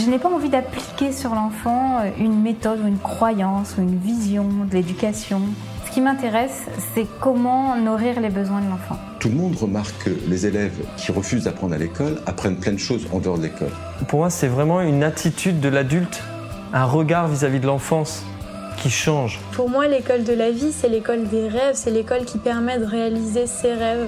Je n'ai pas envie d'appliquer sur l'enfant une méthode ou une croyance ou une vision de l'éducation. Ce qui m'intéresse, c'est comment nourrir les besoins de l'enfant. Tout le monde remarque que les élèves qui refusent d'apprendre à l'école apprennent plein de choses en dehors de l'école. Pour moi, c'est vraiment une attitude de l'adulte, un regard vis-à-vis de l'enfance qui change. Pour moi, l'école de la vie, c'est l'école des rêves, c'est l'école qui permet de réaliser ses rêves.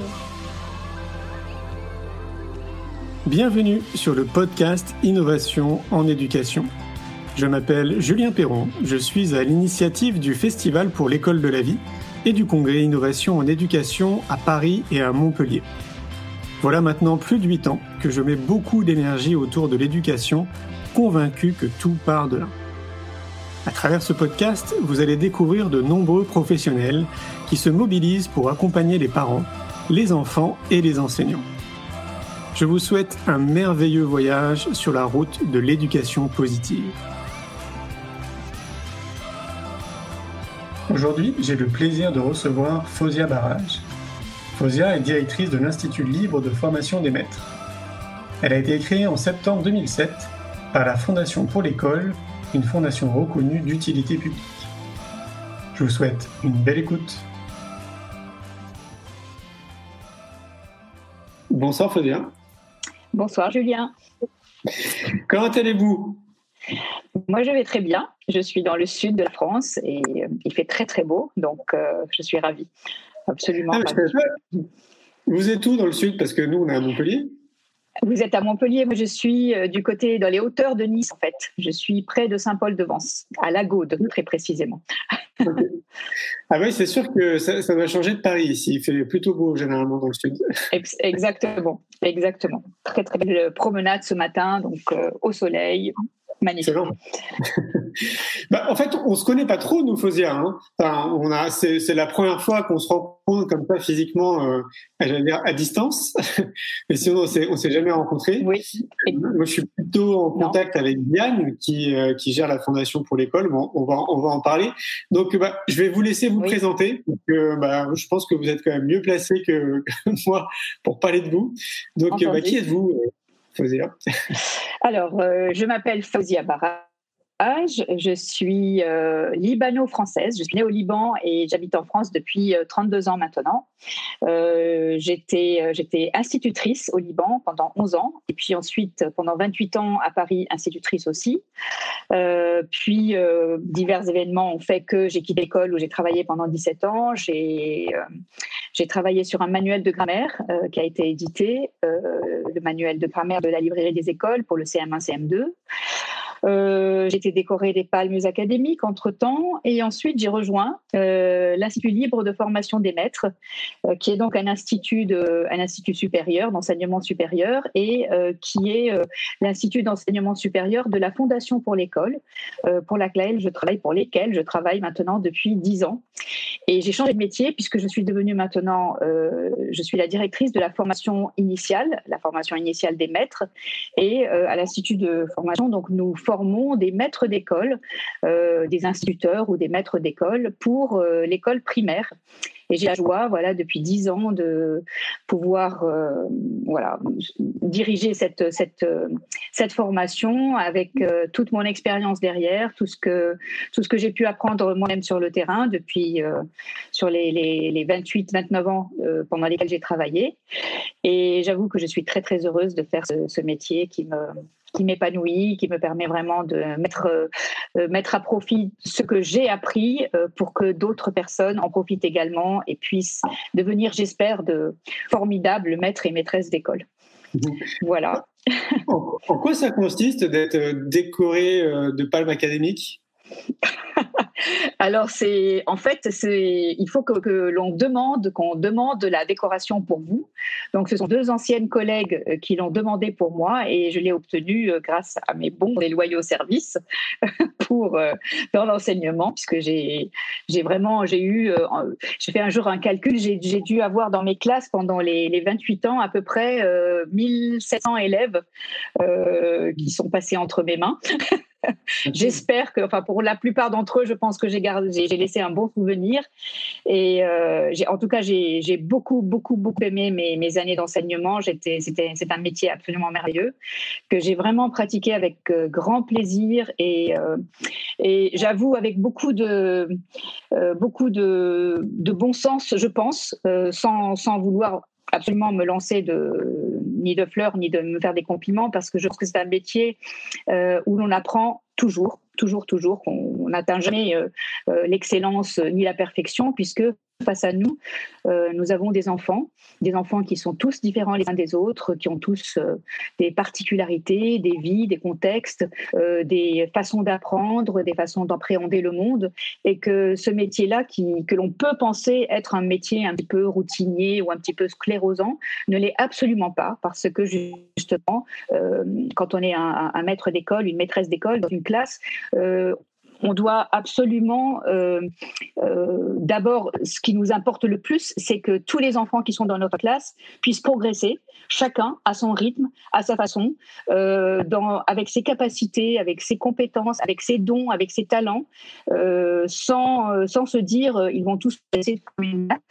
Bienvenue sur le podcast Innovation en éducation. Je m'appelle Julien Perron, je suis à l'initiative du Festival pour l'école de la vie et du congrès Innovation en éducation à Paris et à Montpellier. Voilà maintenant plus de 8 ans que je mets beaucoup d'énergie autour de l'éducation, convaincu que tout part de là. À travers ce podcast, vous allez découvrir de nombreux professionnels qui se mobilisent pour accompagner les parents, les enfants et les enseignants. Je vous souhaite un merveilleux voyage sur la route de l'éducation positive. Aujourd'hui, j'ai le plaisir de recevoir Fawzia Barrage. Fawzia est directrice de l'Institut libre de formation des maîtres. Elle a été créée en septembre 2007 par la Fondation pour l'école, une fondation reconnue d'utilité publique. Je vous souhaite une belle écoute. Bonsoir Fawzia. Bonsoir Julien. Comment allez-vous ? Moi je vais très bien. Je suis dans le sud de la France et il fait très très beau, donc je suis ravie. Absolument ravie. Vous êtes où dans le sud ? Parce que nous on est à Montpellier. Vous êtes à Montpellier, moi je suis du côté, dans les hauteurs de Nice en fait. Je suis près de Saint-Paul-de-Vence, à la Gaude très précisément. Okay. Ah oui, c'est sûr que ça va changer de Paris ici. Il fait plutôt beau généralement dans le sud. Exactement. Très très belle promenade ce matin, donc au soleil. Magnifique. En fait, on se connaît pas trop, nous, Fawzia. Hein. Enfin, c'est la première fois qu'on se rencontre comme ça physiquement, j'allais dire à distance. Mais sinon, on s'est jamais rencontrés. Oui. Moi, je suis plutôt en contact avec Diane, qui gère la Fondation pour l'école. Bon, on va en parler. Donc, je vais vous laisser vous présenter. Donc, je pense que vous êtes quand même mieux placé que moi pour parler de vous. Donc, qui êtes-vous, Fawzia ? Alors, je m'appelle Fawzia Barrage, je suis libano-française, je suis née au Liban et j'habite en France depuis 32 ans maintenant. J'étais institutrice au Liban pendant 11 ans et puis ensuite pendant 28 ans à Paris, institutrice aussi. Puis divers événements ont fait que j'ai quitté l'école où j'ai travaillé pendant 17 ans. J'ai travaillé sur un manuel de grammaire qui a été édité, le manuel de grammaire de la librairie des écoles pour le CM1, CM2. J'ai été décorée des palmes académiques entre-temps et ensuite j'ai rejoint l'Institut libre de formation des maîtres qui est donc un institut supérieur, d'enseignement supérieur et qui est l'Institut d'enseignement supérieur de la Fondation pour l'école pour lesquels je travaille maintenant depuis 10 ans. Et j'ai changé de métier puisque je suis devenue maintenant, je suis la directrice de la formation initiale des maîtres et à l'Institut de formation, donc nous formons des maîtres d'école, des instituteurs ou des maîtres d'école pour l'école primaire. Et j'ai la joie, depuis 10 ans, de pouvoir diriger cette formation avec toute mon expérience derrière, tout ce que j'ai pu apprendre moi-même sur le terrain depuis sur les 28-29 ans pendant lesquels j'ai travaillé. Et j'avoue que je suis très très heureuse de faire ce métier qui m'épanouit, qui me permet vraiment de mettre à profit ce que j'ai appris pour que d'autres personnes en profitent également et puissent devenir, j'espère, de formidables maîtres et maîtresses d'école. Voilà. En quoi ça consiste d'être décoré de palmes académiques ? Alors il faut qu'on demande la décoration pour vous. Donc ce sont 2 anciennes collègues qui l'ont demandé pour moi et je l'ai obtenu grâce à mes bons et loyaux services dans l'enseignement puisque j'ai fait un jour un calcul, j'ai dû avoir dans mes classes pendant les 28 ans à peu près 1700 élèves qui sont passés entre mes mains. J'espère que, pour la plupart d'entre eux, je pense que j'ai laissé un bon souvenir. Et en tout cas, j'ai beaucoup aimé mes années d'enseignement. C'est un métier absolument merveilleux que j'ai vraiment pratiqué avec grand plaisir et j'avoue avec beaucoup de bon sens, je pense, sans vouloir absolument me lancer ni de fleurs ni de me faire des compliments, parce que je pense que c'est un métier où l'on apprend toujours, qu'on n'atteint jamais l'excellence ni la perfection, puisque face à nous, nous avons des enfants qui sont tous différents les uns des autres, qui ont tous des particularités, des vies, des contextes, des façons d'apprendre, des façons d'appréhender le monde, et que ce métier-là, que l'on peut penser être un métier un petit peu routinier ou un petit peu sclérosant, ne l'est absolument pas, parce que justement, quand on est un maître d'école, une maîtresse d'école dans une classe, on doit absolument, d'abord, ce qui nous importe le plus, c'est que tous les enfants qui sont dans notre classe puissent progresser, chacun à son rythme, à sa façon, avec ses capacités, avec ses compétences, avec ses dons, avec ses talents, sans se dire ils vont tous passer comme une nappe.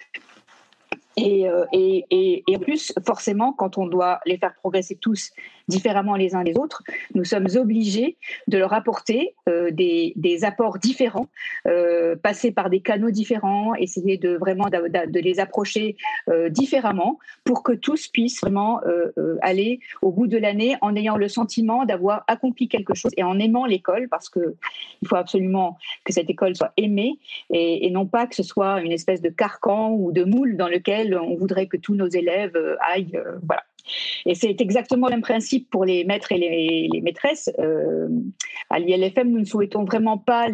Et en plus, forcément, quand on doit les faire progresser tous différemment les uns des autres, nous sommes obligés de leur apporter des apports différents, passer par des canaux différents, essayer de les approcher différemment pour que tous puissent vraiment aller au bout de l'année en ayant le sentiment d'avoir accompli quelque chose et en aimant l'école, parce qu'il faut absolument que cette école soit aimée et non pas que ce soit une espèce de carcan ou de moule dans lequel on voudrait que tous nos élèves aillent. Voilà. Et c'est exactement le même principe pour les maîtres et les maîtresses. À l'ILFM, nous ne souhaitons vraiment pas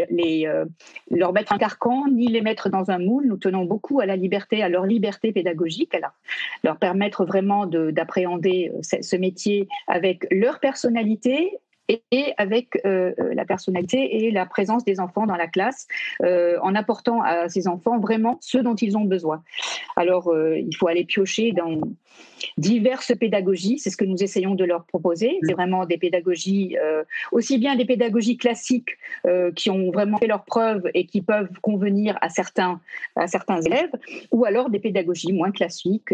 leur mettre un carcan, ni les mettre dans un moule. Nous tenons beaucoup à leur liberté pédagogique, à leur permettre vraiment d'appréhender ce métier avec leur personnalité, et avec la personnalité et la présence des enfants dans la classe, en apportant à ces enfants vraiment ce dont ils ont besoin. Alors, il faut aller piocher dans diverses pédagogies, c'est ce que nous essayons de leur proposer. C'est vraiment des pédagogies, aussi bien des pédagogies classiques qui ont vraiment fait leurs preuves et qui peuvent convenir à certains élèves, ou alors des pédagogies moins classiques,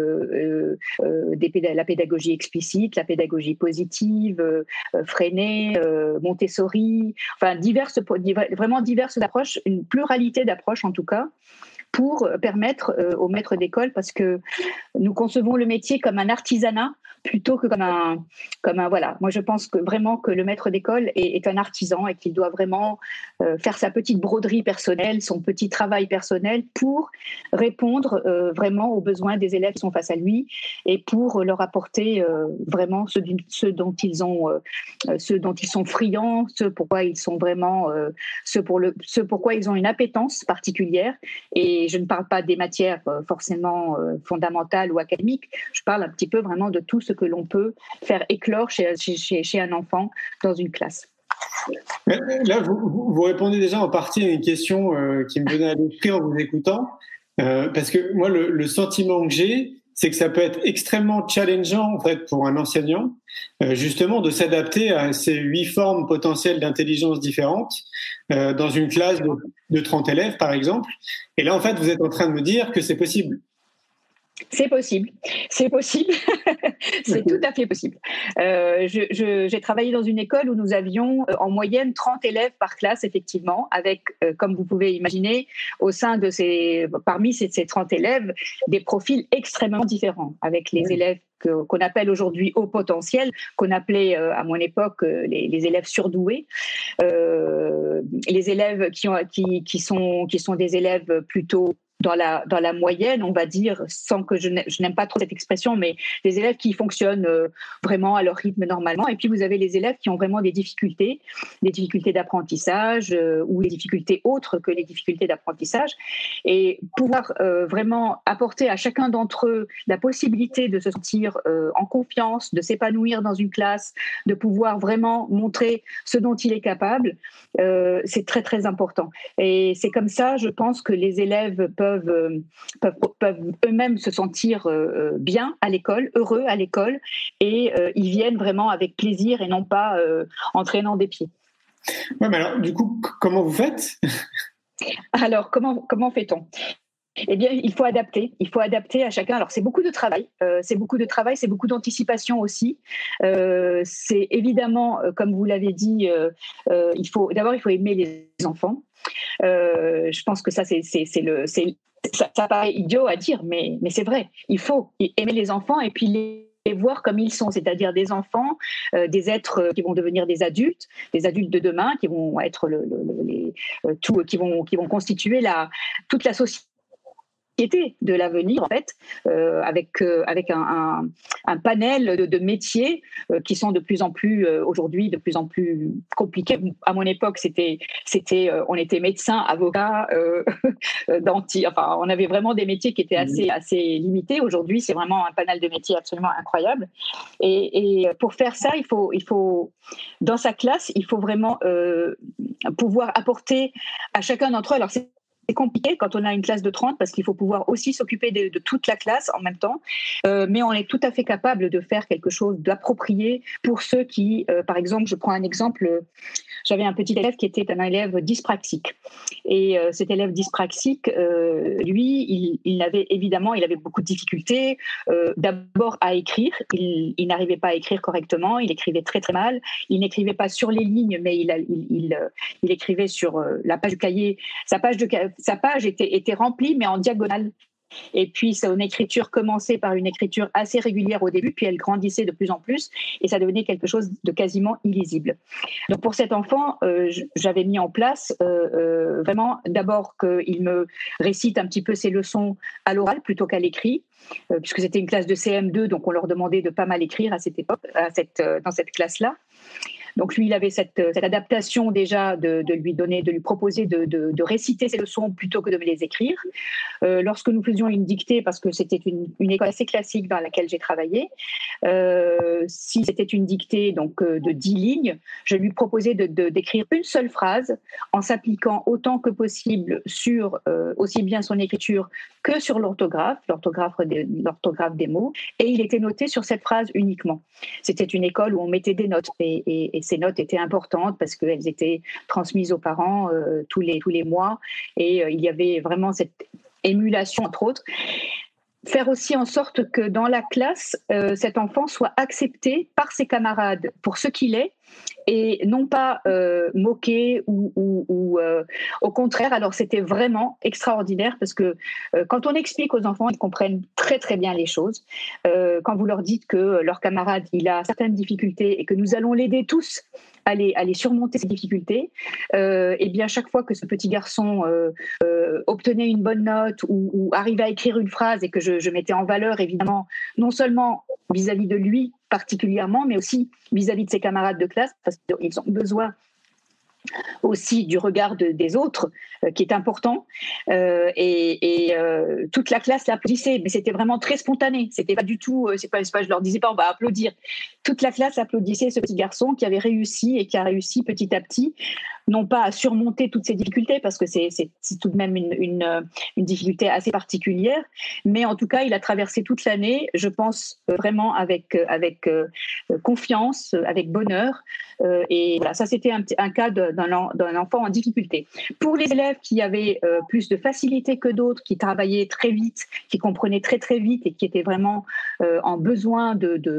la pédagogie explicite, la pédagogie positive, Freinet, Montessori, enfin vraiment diverses approches, une pluralité d'approches en tout cas, pour permettre aux maîtres d'école, parce que nous concevons le métier comme un artisanat plutôt que comme un voilà. Moi, je pense que vraiment que le maître d'école est un artisan et qu'il doit vraiment faire sa petite broderie personnelle, son petit travail personnel pour répondre vraiment aux besoins des élèves qui sont face à lui et pour leur apporter vraiment ce dont ils sont friands, ce pourquoi ils sont vraiment ce pourquoi ils ont une appétence particulière. Et je ne parle pas des matières forcément fondamentales ou académiques, je parle un petit peu vraiment de tout ce que l'on peut faire éclore chez un enfant dans une classe. Là, vous répondez déjà en partie à une question qui me venait à l'esprit en vous écoutant, parce que moi, le sentiment que j'ai, c'est que ça peut être extrêmement challengeant en fait pour un enseignant, justement de s'adapter à ces 8 formes potentielles d'intelligence différentes dans une classe de 30 élèves, par exemple. Et là, en fait, vous êtes en train de me dire que c'est possible. C'est possible, c'est tout à fait possible. J'ai travaillé dans une école où nous avions en moyenne 30 élèves par classe, effectivement, avec, comme vous pouvez imaginer, parmi ces 30 élèves, des profils extrêmement différents, avec les élèves qu'on appelle aujourd'hui haut potentiel, qu'on appelait à mon époque les élèves surdoués, les élèves qui sont des élèves plutôt dans la moyenne, on va dire, sans que je n'aime pas trop cette expression, mais des élèves qui fonctionnent vraiment à leur rythme normalement. Et puis vous avez les élèves qui ont vraiment des difficultés d'apprentissage ou des difficultés autres que les difficultés d'apprentissage. Et pouvoir vraiment apporter à chacun d'entre eux la possibilité de se sentir en confiance, de s'épanouir dans une classe, de pouvoir vraiment montrer ce dont il est capable, c'est très très important. Et c'est comme ça, je pense, que les élèves peuvent peuvent eux-mêmes se sentir bien à l'école, heureux à l'école, et ils viennent vraiment avec plaisir et non pas en traînant des pieds. Ouais, mais alors, du coup, comment vous faites ? Alors, comment fait-on ? Eh bien, il faut adapter à chacun. Alors, c'est beaucoup de travail, c'est beaucoup d'anticipation aussi. C'est évidemment, comme vous l'avez dit, il faut aimer les enfants. Je pense que ça ça paraît idiot à dire, mais c'est vrai. Il faut aimer les enfants et puis les voir comme ils sont, c'est-à-dire des enfants, des êtres qui vont devenir des adultes de demain, qui vont être qui vont constituer toute la société de l'avenir, en fait, avec un panel de métiers qui sont de plus en plus aujourd'hui de plus en plus compliqués. À mon époque, on était médecin, avocat, dentiste. Enfin, on avait vraiment des métiers qui étaient assez limités. Aujourd'hui, c'est vraiment un panel de métiers absolument incroyable. Et pour faire ça, il faut dans sa classe, il faut vraiment pouvoir apporter à chacun d'entre eux. Alors c'est compliqué quand on a une classe de 30 parce qu'il faut pouvoir aussi s'occuper de toute la classe en même temps. Mais on est tout à fait capable de faire quelque chose d'approprié pour ceux qui, par exemple, je prends un exemple, j'avais un petit élève qui était un élève dyspraxique. Et cet élève dyspraxique, lui, il avait beaucoup de difficultés. D'abord à écrire, il n'arrivait pas à écrire correctement, il écrivait très très mal, il n'écrivait pas sur les lignes, mais il écrivait sur la page du cahier. Sa page était remplie, mais en diagonale. Et puis, son écriture commençait par une écriture assez régulière au début, puis elle grandissait de plus en plus, et ça devenait quelque chose de quasiment illisible. Donc, pour cet enfant, j'avais mis en place vraiment, d'abord, qu'il me récite un petit peu ses leçons à l'oral plutôt qu'à l'écrit, puisque c'était une classe de CM2, donc on leur demandait de pas mal écrire à cette époque, dans cette classe-là. Donc lui, il avait cette adaptation déjà de lui proposer de réciter ses leçons plutôt que de me les écrire. Lorsque nous faisions une dictée, parce que c'était une école assez classique dans laquelle j'ai travaillé, si c'était une dictée donc de 10 lignes, je lui proposais d'écrire une seule phrase en s'appliquant autant que possible sur aussi bien son écriture que sur l'orthographe des mots, et il était noté sur cette phrase uniquement. C'était une école où on mettait des notes et ces notes étaient importantes parce qu'elles étaient transmises aux parents tous les mois, et il y avait vraiment cette émulation, entre autres. Faire aussi en sorte que dans la classe, cet enfant soit accepté par ses camarades pour ce qu'il est, et non pas moqué ou au contraire. Alors c'était vraiment extraordinaire parce que quand on explique aux enfants, ils comprennent très très bien les choses. Quand vous leur dites que leur camarade il a certaines difficultés et que nous allons l'aider tous à les surmonter ces difficultés, et bien chaque fois que ce petit garçon obtenait une bonne note ou arrivait à écrire une phrase et que je mettais en valeur évidemment non seulement vis-à-vis de lui particulièrement, mais aussi vis-à-vis de ses camarades de classe, parce qu'ils ont besoin aussi du regard des autres, qui est important, et toute la classe l'applaudissait, mais c'était vraiment très spontané. C'était pas du tout, c'est pas, je leur disais pas on va applaudir. Toute la classe applaudissait ce petit garçon qui avait réussi et qui a réussi petit à petit, non pas à surmonter toutes ces difficultés, parce que c'est tout de même une difficulté assez particulière, mais en tout cas il a traversé toute l'année, je pense vraiment avec confiance, avec bonheur, et voilà, ça c'était un cas d'un enfant en difficulté. Pour les élèves qui avaient plus de facilité que d'autres, qui travaillaient très vite, qui comprenaient très très vite et qui étaient vraiment en besoin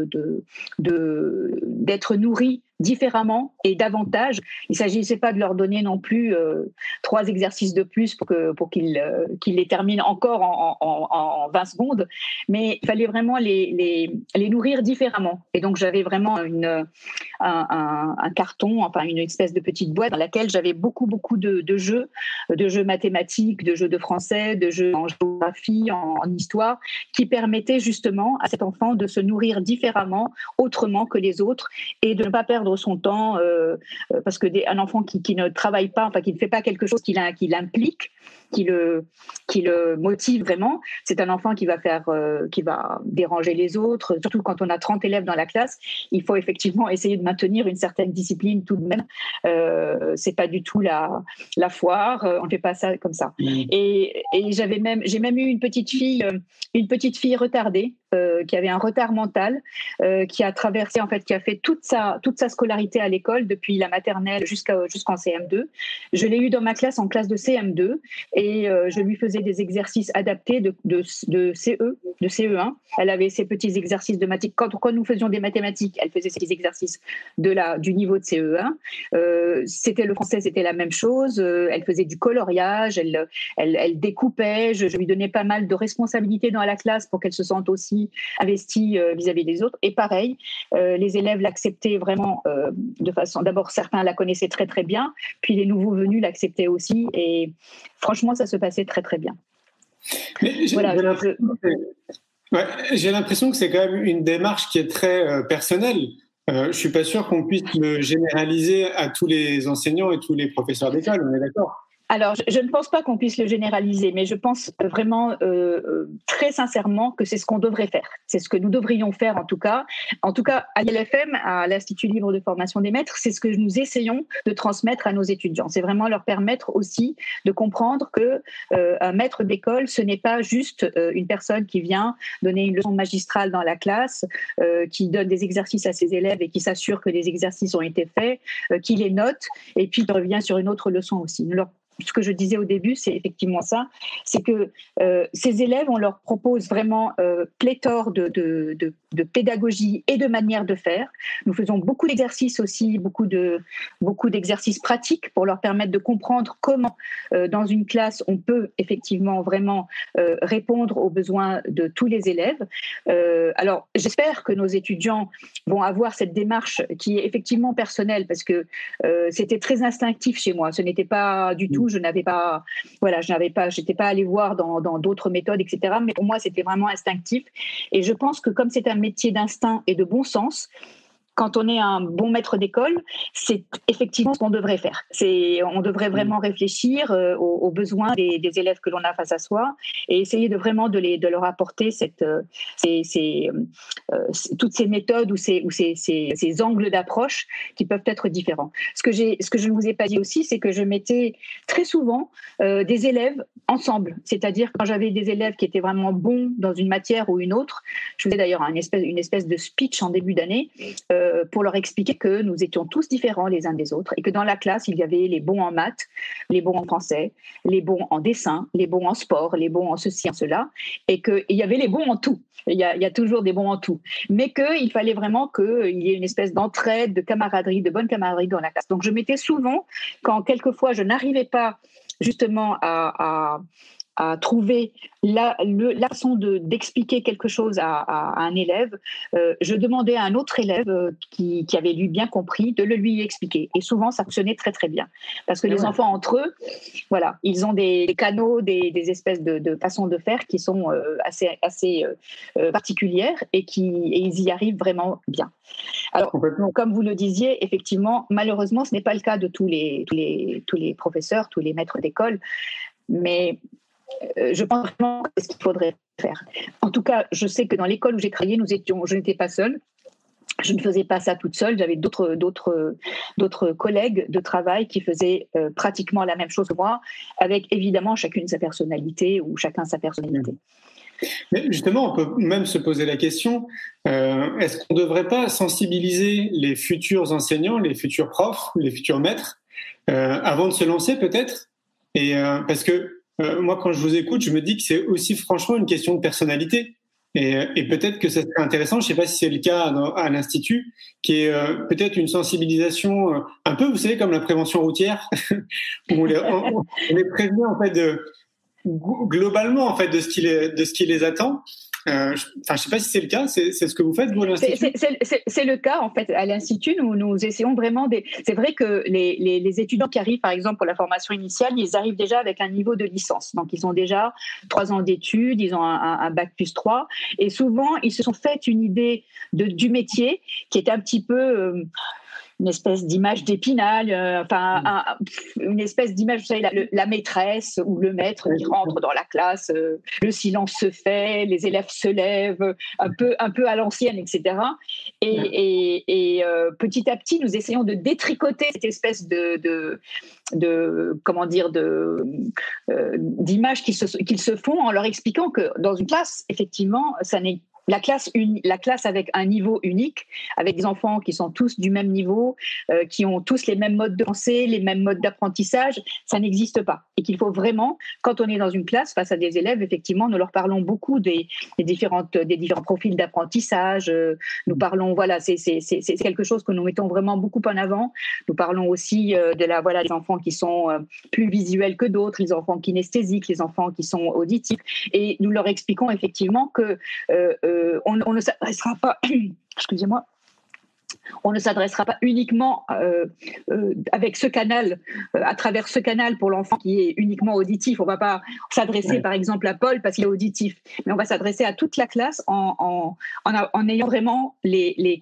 d'être nourris différemment et davantage. Il ne s'agissait pas de leur donner non plus 3 exercices de plus pour qu'ils les terminent encore en 20 secondes, mais il fallait vraiment les nourrir différemment. Et donc j'avais vraiment un carton, enfin une espèce de petite boîte dans laquelle j'avais beaucoup de jeux mathématiques, de jeux de français, de jeux en géographie, en histoire, qui permettaient justement à cet enfant de se nourrir différemment, autrement que les autres, et de ne pas perdre perdre son temps parce que un enfant qui ne travaille pas, enfin qui ne fait pas quelque chose qui l'implique, qui le motive vraiment, c'est un enfant qui va déranger les autres. Surtout quand on a 30 élèves dans la classe, il faut effectivement essayer de maintenir une certaine discipline tout de même. C'est pas du tout la foire. On ne fait pas ça comme ça. Et j'ai même eu une petite fille retardée qui avait un retard mental, qui a traversé qui a fait toute sa scolarité à l'école depuis la maternelle jusqu'en CM2. Je l'ai eu dans ma classe en classe de CM2 et je lui faisais des exercices adaptés de CE1. Elle avait ses petits exercices de mathématiques. Quand nous faisions des mathématiques, elle faisait ses exercices du niveau de CE1. C'était le français, c'était la même chose. Elle faisait du coloriage, elle découpait. Je lui donnais pas mal de responsabilités dans la classe pour qu'elle se sente aussi investie vis-à-vis des autres. Et pareil, les élèves l'acceptaient vraiment de façon... D'abord, certains la connaissaient très très bien, puis les nouveaux venus l'acceptaient aussi. Et franchement, ça se passait très très bien. Mais j'ai l'impression que c'est quand même une démarche qui est très personnelle. Je suis pas sûr qu'on puisse le généraliser à tous les enseignants et tous les professeurs d'école, on est d'accord ? Alors, je ne pense pas qu'on puisse le généraliser, mais je pense vraiment très sincèrement que c'est ce qu'on devrait faire. C'est ce que nous devrions faire en tout cas. En tout cas, à l'ILFM, à l'Institut libre de formation des maîtres, c'est ce que nous essayons de transmettre à nos étudiants. C'est vraiment leur permettre aussi de comprendre que un maître d'école, ce n'est pas juste une personne qui vient donner une leçon magistrale dans la classe, qui donne des exercices à ses élèves et qui s'assure que les exercices ont été faits, qui les note et puis qui revient sur une autre leçon aussi. Ce que je disais au début, c'est effectivement ça, c'est que ces élèves, on leur propose vraiment pléthore de pédagogie et de manière de faire. Nous faisons beaucoup d'exercices aussi, beaucoup d'exercices pratiques pour leur permettre de comprendre comment, dans une classe, on peut effectivement vraiment répondre aux besoins de tous les élèves. Alors, j'espère que nos étudiants vont avoir cette démarche qui est effectivement personnelle, parce que c'était très instinctif chez moi. Ce n'était pas du tout, j'étais pas allée voir dans d'autres méthodes, etc. Mais pour moi, c'était vraiment instinctif. Et je pense que comme c'est un métier d'instinct et de bon sens, quand on est un bon maître d'école, c'est effectivement ce qu'on devrait faire. On devrait vraiment réfléchir aux besoins des élèves que l'on a face à soi et essayer de leur apporter toutes ces méthodes ou ces angles d'approche qui peuvent être différents. Ce que je ne vous ai pas dit aussi, c'est que je mettais très souvent des élèves ensemble. C'est-à-dire quand j'avais des élèves qui étaient vraiment bons dans une matière ou une autre, je faisais d'ailleurs une espèce de speech en début d'année pour leur expliquer que nous étions tous différents les uns des autres et que dans la classe, il y avait les bons en maths, les bons en français, les bons en dessin, les bons en sport, les bons en ceci, en cela, et qu'il y avait les bons en tout. Il y a toujours des bons en tout. Mais qu'il fallait vraiment qu'il y ait une espèce d'entraide, de camaraderie, de bonne camaraderie dans la classe. Donc je mettais souvent, quand quelquefois je n'arrivais pas justement à trouver la façon d'expliquer quelque chose à un élève, je demandais à un autre élève qui avait lui bien compris de le lui expliquer. Et souvent, ça fonctionnait très très bien. Parce que les enfants entre eux, voilà, ils ont des canaux, des espèces de façons de faire qui sont assez particulières et ils y arrivent vraiment bien. Alors, comme vous le disiez, effectivement, malheureusement, ce n'est pas le cas de tous les professeurs, tous les maîtres d'école, mais je pense vraiment que c'est ce qu'il faudrait faire. En tout cas, je sais que dans l'école où j'ai travaillé, je n'étais pas seule. Je ne faisais pas ça toute seule. J'avais d'autres collègues de travail qui faisaient pratiquement la même chose que moi, avec évidemment chacune sa personnalité ou chacun sa personnalité. Mais justement, on peut même se poser la question, est-ce qu'on ne devrait pas sensibiliser les futurs enseignants, les futurs profs, les futurs maîtres, avant de se lancer peut-être ? Et parce que moi, quand je vous écoute, je me dis que c'est aussi franchement une question de personnalité. Et peut-être que ça serait intéressant, je ne sais pas si c'est le cas à l'Institut, qui est peut-être une sensibilisation un peu, vous savez, comme la prévention routière, où on les prévient en fait globalement en fait de ce qui les attend. Je ne sais pas si c'est le cas, c'est ce que vous faites, vous, à l'Institut ? C'est le cas, en fait, à l'Institut. Nous essayons vraiment... C'est vrai que les étudiants qui arrivent, par exemple, pour la formation initiale, ils arrivent déjà avec un niveau de licence. Donc, ils ont déjà 3 ans d'études, ils ont un bac plus 3. Et souvent, ils se sont fait une idée du métier qui est un petit peu... une espèce d'image d'Épinal, une espèce d'image, vous savez, la maîtresse ou le maître qui rentre dans la classe, le silence se fait, les élèves se lèvent, un peu à l'ancienne, etc. Et petit à petit, nous essayons de détricoter cette espèce d'images qu'ils se font en leur expliquant que dans une classe, effectivement, ça n'est la classe avec un niveau unique, avec des enfants qui sont tous du même niveau, qui ont tous les mêmes modes de pensée, les mêmes modes d'apprentissage, ça n'existe pas. Et qu'il faut vraiment, quand on est dans une classe face à des élèves, effectivement, nous leur parlons beaucoup des différents profils d'apprentissage. Nous parlons, voilà, c'est quelque chose que nous mettons vraiment beaucoup en avant. Nous parlons aussi des enfants qui sont plus visuels que d'autres, les enfants kinesthésiques, les enfants qui sont auditifs. Et nous leur expliquons effectivement que on ne s'adressera pas, excusez-moi, on ne s'adressera pas uniquement avec ce canal, à travers ce canal pour l'enfant qui est uniquement auditif. On ne va pas s'adresser par exemple à Paul parce qu'il est auditif, mais on va s'adresser à toute la classe en ayant vraiment les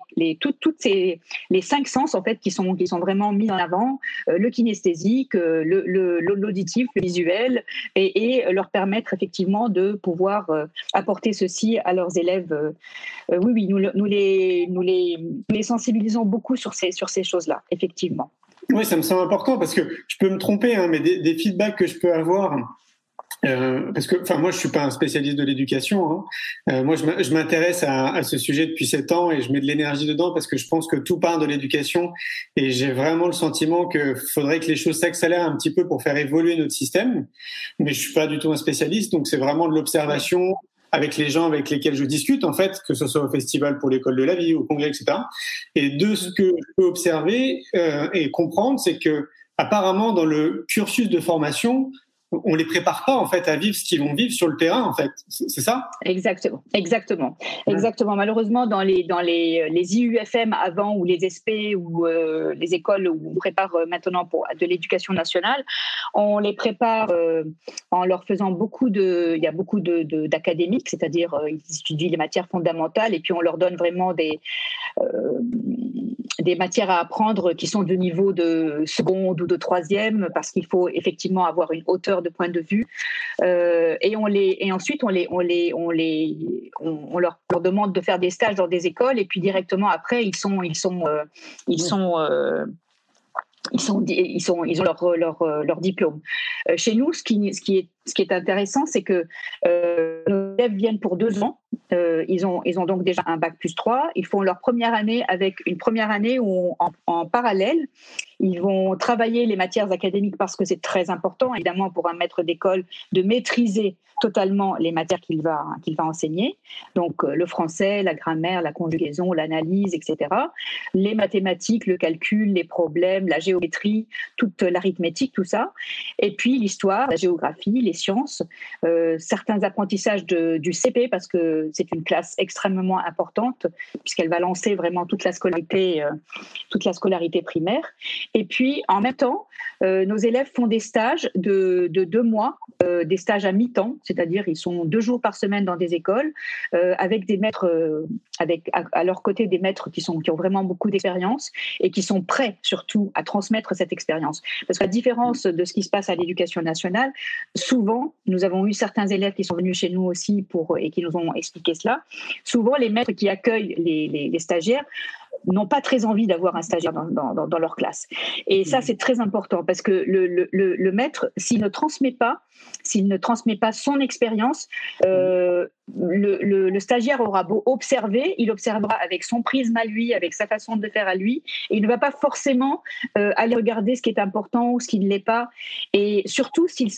5 sens en fait qui sont vraiment mis en avant, le kinesthésique, l'auditif, le visuel, et leur permettre effectivement de pouvoir apporter ceci à leurs élèves. Oui, nous les sensibilisons beaucoup sur ces choses-là, effectivement. Oui, ça me semble important parce que je peux me tromper, mais des feedbacks que je peux avoir, parce que, moi, je suis pas un spécialiste de l'éducation. Moi, je m'intéresse à ce sujet depuis 7 ans et je mets de l'énergie dedans parce que je pense que tout part de l'éducation et j'ai vraiment le sentiment que faudrait que les choses s'accélèrent un petit peu pour faire évoluer notre système. Mais je suis pas du tout un spécialiste, donc c'est vraiment de l'observation avec les gens avec lesquels je discute, en fait, que ce soit au festival pour l'école de la vie, au congrès, etc. Et de ce que je peux observer et comprendre, c'est que apparemment, dans le cursus de formation, on les prépare pas en fait à vivre ce qu'ils vont vivre sur le terrain, en fait. C'est ça ? Exactement. Malheureusement, dans les IUFM avant, ou les SP, ou les écoles où on prépare maintenant de l'éducation nationale, on les prépare en leur faisant il y a beaucoup d'académiques, c'est-à-dire ils étudient les matières fondamentales et puis on leur donne vraiment des matières à apprendre qui sont de niveau de seconde ou de troisième, parce qu'il faut effectivement avoir une hauteur de point de vue, et ensuite on leur demande de faire des stages dans des écoles, et puis directement après ils ont leur diplôme. Chez nous, ce qui est intéressant, c'est que nos élèves viennent pour 2 ans. Ils ont donc déjà un bac plus 3. Ils font leur première année avec une première année où en parallèle, ils vont travailler les matières académiques, parce que c'est très important, évidemment, pour un maître d'école de maîtriser totalement les matières qu'il va enseigner. Donc, le français, la grammaire, la conjugaison, l'analyse, etc. Les mathématiques, le calcul, les problèmes, la géométrie, toute l'arithmétique, tout ça. Et puis, l'histoire, la géographie, les sciences, certains apprentissages du CP, parce que c'est une classe extrêmement importante, puisqu'elle va lancer vraiment toute la scolarité primaire. Et puis, en même temps, nos élèves font des stages de 2 mois, des stages à mi-temps, c'est-à-dire ils sont 2 jours par semaine dans des écoles, avec des maîtres, à leur côté des maîtres qui ont vraiment beaucoup d'expérience et qui sont prêts surtout à transmettre cette expérience. Parce qu'à différence de ce qui se passe à l'éducation nationale, souvent, nous avons eu certains élèves qui sont venus chez nous aussi et qui nous ont expliqué cela. Souvent, les maîtres qui accueillent les stagiaires n'ont pas très envie d'avoir un stagiaire dans leur classe. Et ça, c'est très important, parce que le maître, s'il ne transmet pas son expérience, le stagiaire aura beau observer, il observera avec son prisme à lui, avec sa façon de faire à lui, et il ne va pas forcément aller regarder ce qui est important ou ce qui ne l'est pas. Et surtout, s'il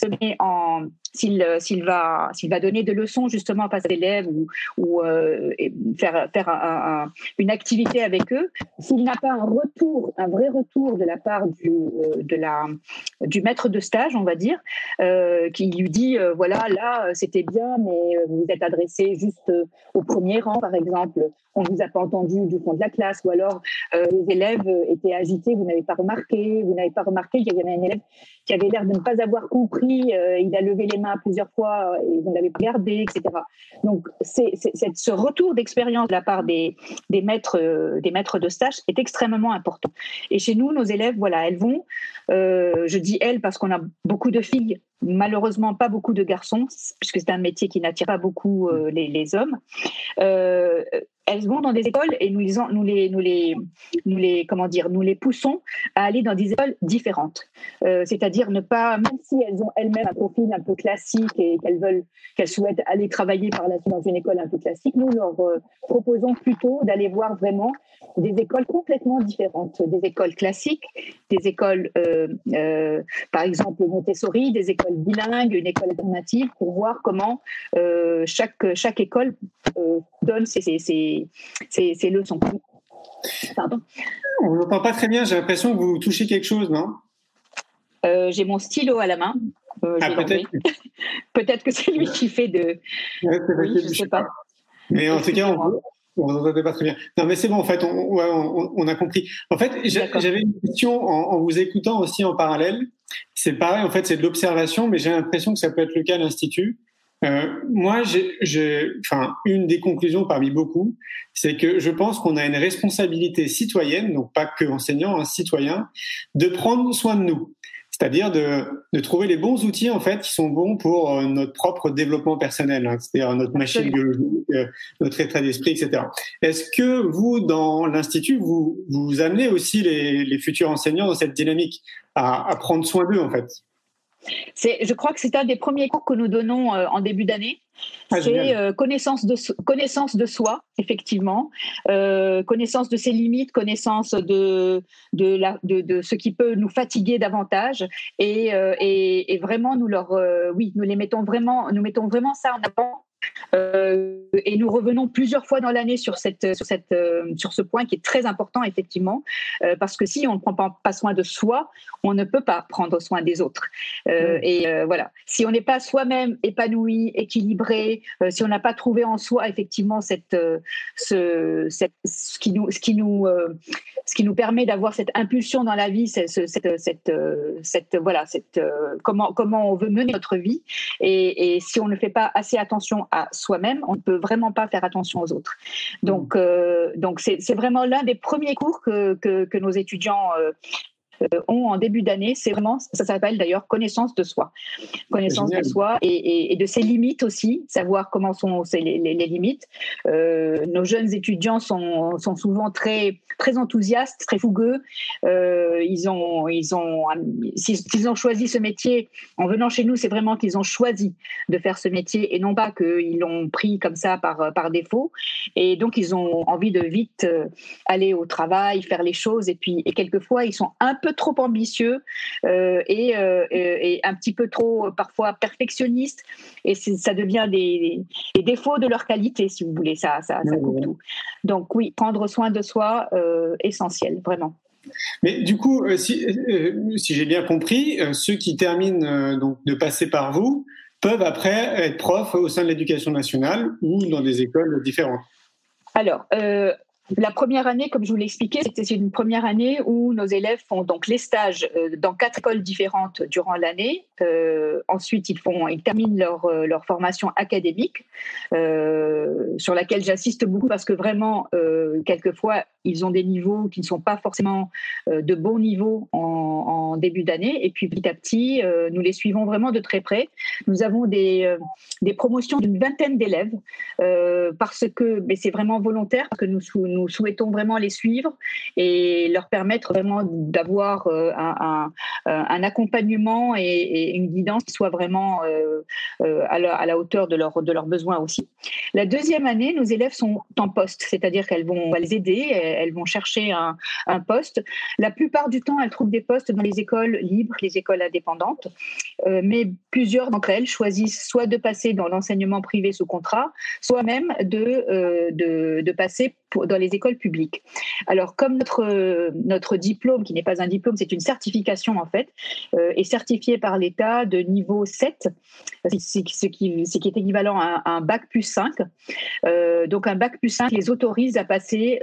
va donner des leçons justement à des élèves ou faire une activité avec eux, s'il n'a pas un vrai retour de la part du maître de stage, on va dire, qui lui dit voilà, là c'était bien, mais vous êtes adressé juste au premier rang, par exemple. On ne vous a pas entendu du fond de la classe, ou alors les élèves étaient agités, vous n'avez pas remarqué qu'il y avait un élève qui avait l'air de ne pas avoir compris, il a levé les mains plusieurs fois et vous ne l'avez pas regardé, etc. Donc ce retour d'expérience de la part des maîtres de stage est extrêmement important. Et chez nous, nos élèves, voilà, elles vont, je dis elles parce qu'on a beaucoup de filles, malheureusement pas beaucoup de garçons, puisque c'est un métier qui n'attire pas beaucoup les hommes. Elles vont dans des écoles et nous les poussons à aller dans des écoles différentes. C'est-à-dire ne pas, même si elles ont elles-mêmes un profil un peu classique et qu'elles souhaitent aller travailler par la suite dans une école un peu classique, nous leur proposons plutôt d'aller voir vraiment des écoles complètement différentes, des écoles classiques, des écoles, par exemple Montessori, des écoles bilingues, une école alternative, pour voir comment chaque école donne ses leçons. Pardon. On n'entend pas très bien, j'ai l'impression que vous touchez quelque chose, non ? J'ai mon stylo à la main. Peut-être que c'est lui qui fait de... Ouais, oui, je ne sais pas. Mais en tout cas, on n'entendait pas très bien. Non, mais c'est bon, en fait, on a compris. En fait, j'avais une question en vous écoutant aussi en parallèle. C'est pareil, en fait, c'est de l'observation, mais j'ai l'impression que ça peut être le cas à l'Institut. Moi, une des conclusions parmi beaucoup, c'est que je pense qu'on a une responsabilité citoyenne, donc pas que enseignant, citoyen, de prendre soin de nous. C'est-à-dire de trouver les bons outils, en fait, qui sont bons pour notre propre développement personnel, c'est-à-dire notre machine biologique, notre état d'esprit, etc. Est-ce que vous, dans l'Institut, vous amenez aussi les futurs enseignants dans cette dynamique à prendre soin d'eux, en fait ? Je crois que c'est un des premiers cours que nous donnons en début d'année. C'est connaissance de soi, effectivement, connaissance de ses limites, connaissance de ce qui peut nous fatiguer davantage, et vraiment nous mettons vraiment ça en avant. Et nous revenons plusieurs fois dans l'année sur ce point qui est très important, effectivement, parce que si on ne prend pas soin de soi, on ne peut pas prendre soin des autres. Voilà, si on n'est pas soi-même épanoui, équilibré, si on n'a pas trouvé en soi effectivement ce qui nous permet d'avoir cette impulsion dans la vie, comment on veut mener notre vie, et si on ne fait pas assez attention à soi-même, on ne peut vraiment pas faire attention aux autres. Donc c'est vraiment l'un des premiers cours que nos étudiants ont en début d'année. C'est vraiment, ça s'appelle d'ailleurs connaissance de soi. Connaissance de soi et de ses limites aussi, savoir comment sont les limites. Nos jeunes étudiants sont souvent très, très enthousiastes, très fougueux. S'ils ont choisi ce métier en venant chez nous, c'est vraiment qu'ils ont choisi de faire ce métier et non pas qu'ils l'ont pris comme ça par défaut. Et donc, ils ont envie de vite aller au travail, faire les choses. Et quelquefois, ils sont un peu trop ambitieux et un petit peu trop parfois perfectionnistes, et ça devient des défauts de leur qualité, si vous voulez. Ça coupe tout. Donc oui, prendre soin de soi, essentiel, vraiment. Mais du coup, si j'ai bien compris, ceux qui terminent donc de passer par vous peuvent après être profs au sein de l'éducation nationale ou dans des écoles différentes. Alors, la première année, comme je vous l'ai expliqué, c'est une première année où nos élèves font donc les stages dans 4 écoles différentes durant l'année. Ensuite, ils terminent leur formation académique, sur laquelle j'insiste beaucoup parce que vraiment, quelquefois, ils ont des niveaux qui ne sont pas forcément de bons niveaux en début d'année. Et puis, petit à petit, nous les suivons vraiment de très près. Nous avons des promotions d'une 20aine d'élèves, mais c'est vraiment volontaire, parce que nous souhaitons vraiment les suivre et leur permettre vraiment d'avoir un accompagnement et une guidance qui soit vraiment à la hauteur de leurs besoins aussi. La deuxième année, nos élèves sont en poste, c'est-à-dire on va les aider, elles vont chercher un poste. La plupart du temps, elles trouvent des postes dans les écoles libres, les écoles indépendantes, mais plusieurs d'entre elles choisissent soit de passer dans l'enseignement privé sous contrat, soit même de passer dans les écoles publiques. Alors, comme notre diplôme, qui n'est pas un diplôme, c'est une certification en fait, est certifié par l'État de niveau 7, ce qui est équivalent à un bac plus 5. Donc un bac plus 5 les autorise à passer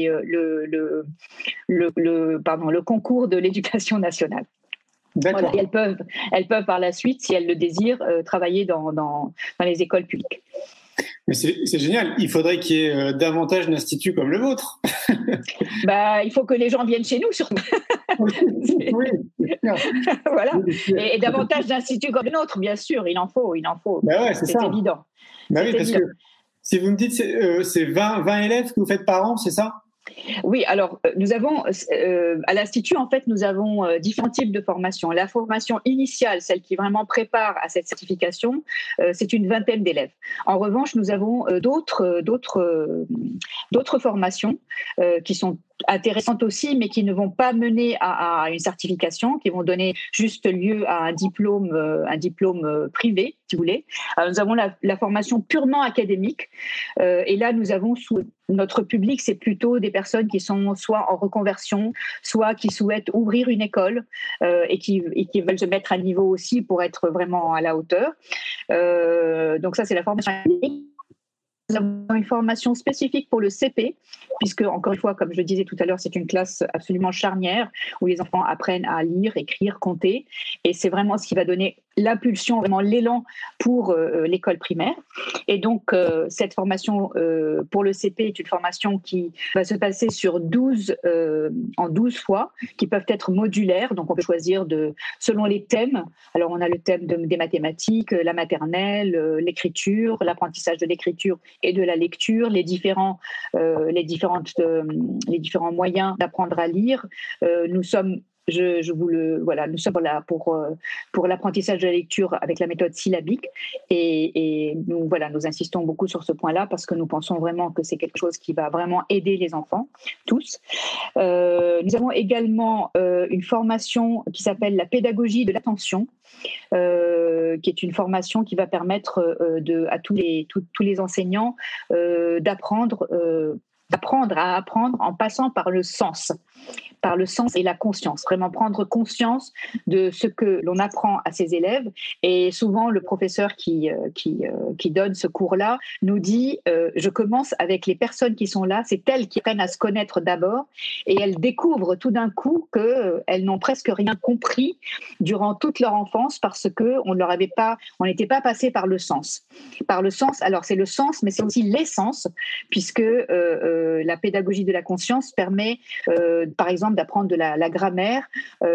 le concours de l'éducation nationale. D'accord. Voilà, et elles peuvent par la suite, si elles le désirent, travailler dans les écoles publiques. Mais c'est génial. Il faudrait qu'il y ait davantage d'instituts comme le vôtre. Il faut que les gens viennent chez nous, surtout. Oui. Voilà. Et davantage d'instituts comme le nôtre, bien sûr, il en faut. Ouais, c'est ça. Évident. Oui, parce que si vous me dites c'est 20 élèves que vous faites par an, c'est ça ? Oui, alors nous avons à l'Institut, en fait, nous avons différents types de formations. La formation initiale, celle qui vraiment prépare à cette certification, c'est une 20aine d'élèves. En revanche, nous avons d'autres formations qui sont intéressantes aussi, mais qui ne vont pas mener à une certification, qui vont donner juste lieu à un diplôme privé, si vous voulez. Alors, nous avons la formation purement académique, et là, nous avons notre public, c'est plutôt des personnes qui sont soit en reconversion, soit qui souhaitent ouvrir une école et qui veulent se mettre à niveau aussi pour être vraiment à la hauteur. Donc ça, c'est la formation académique. Nous avons une formation spécifique pour le CP, puisque, encore une fois, comme je le disais tout à l'heure, c'est une classe absolument charnière où les enfants apprennent à lire, écrire, compter. Et c'est vraiment ce qui va donner l'impulsion, vraiment l'élan pour l'école primaire. Et donc, cette formation pour le CP est une formation qui va se passer sur 12 fois, qui peuvent être modulaires. Donc, on peut choisir selon les thèmes. Alors, on a le thème des mathématiques, la maternelle, l'écriture, l'apprentissage de l'écriture et de la lecture, les différents moyens d'apprendre à lire. Nous sommes nous sommes là pour l'apprentissage de la lecture avec la méthode syllabique et nous insistons beaucoup sur ce point-là parce que nous pensons vraiment que c'est quelque chose qui va vraiment aider les enfants, tous. Nous avons également une formation qui s'appelle la pédagogie de l'attention, qui est une formation qui va permettre à tous les enseignants d'apprendre à apprendre en passant par le sens et la conscience. Vraiment prendre conscience de ce que l'on apprend à ses élèves. Et souvent, le professeur qui donne ce cours-là nous dit je commence avec les personnes qui sont là, c'est elles qui apprennent à se connaître d'abord et elles découvrent tout d'un coup qu'elles n'ont presque rien compris durant toute leur enfance parce qu'on n'était pas passé par le sens. Par le sens, alors c'est le sens, mais c'est aussi l'essence, puisque la pédagogie de la conscience permet, par exemple, d'apprendre de la grammaire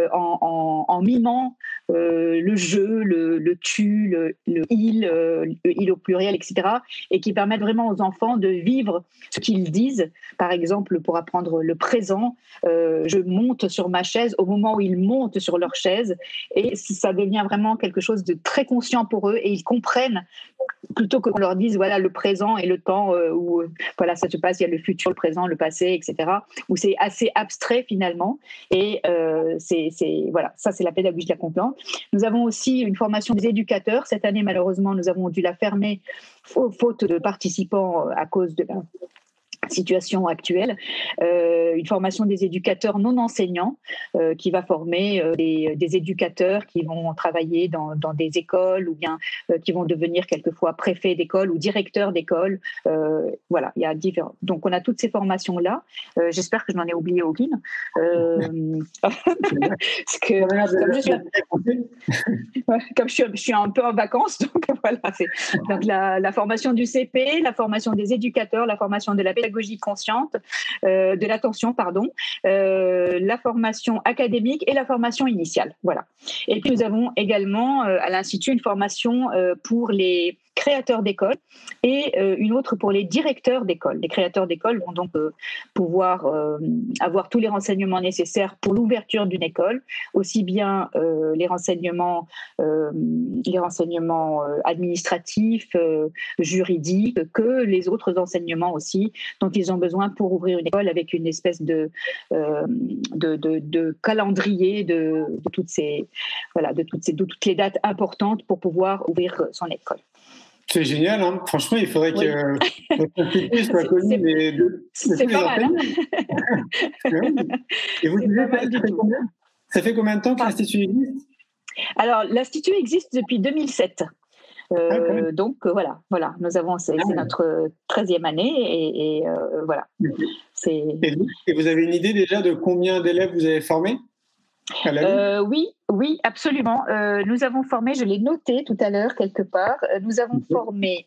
en mimant le je, le tu, le il au pluriel, etc. Et qui permettent vraiment aux enfants de vivre ce qu'ils disent. Par exemple, pour apprendre le présent, je monte sur ma chaise au moment où ils montent sur leur chaise. Et ça devient vraiment quelque chose de très conscient pour eux et ils comprennent plutôt qu'on leur dise voilà le présent et le temps où voilà ça se passe, il y a le futur, le présent, le passé, etc. Où c'est assez abstrait finalement et voilà, ça c'est la pédagogie de la confiance. Nous avons aussi une formation des éducateurs. Cette année malheureusement nous avons dû la fermer faute de participants à cause de la situation actuelle, une formation des éducateurs non enseignants qui va former des éducateurs qui vont travailler dans des écoles ou bien qui vont devenir quelquefois préfets d'école ou directeurs d'école. Voilà, il y a différents. Donc on a toutes ces formations-là. J'espère que je n'en ai oublié aucune. Parce que comme je suis un peu en vacances, donc voilà. Donc la formation du CP, la formation des éducateurs, la formation de la pédagogie consciente, de l'attention, la formation académique et la formation initiale. Voilà. Et puis nous avons également à l'Institut une formation pour les créateurs d'école et une autre pour les directeurs d'école. Les créateurs d'école vont donc pouvoir avoir tous les renseignements nécessaires pour l'ouverture d'une école, aussi bien les renseignements administratifs, juridiques, que les autres enseignements aussi dont ils ont besoin pour ouvrir une école avec une espèce de calendrier de toutes les dates importantes pour pouvoir ouvrir son école. C'est génial, hein. Franchement, il faudrait que votre institut soit connu de c'est tous pas les mal, enseignants. Et vous disiez, ça fait combien ? Ça fait combien de temps que l'Institut existe ? Alors, l'Institut existe depuis 2007. Donc voilà, nous avons, c'est notre 13e année et voilà. Et vous avez une idée déjà de combien d'élèves vous avez formés ? Oui, absolument. Nous avons formé, je l'ai noté tout à l'heure quelque part, nous avons formé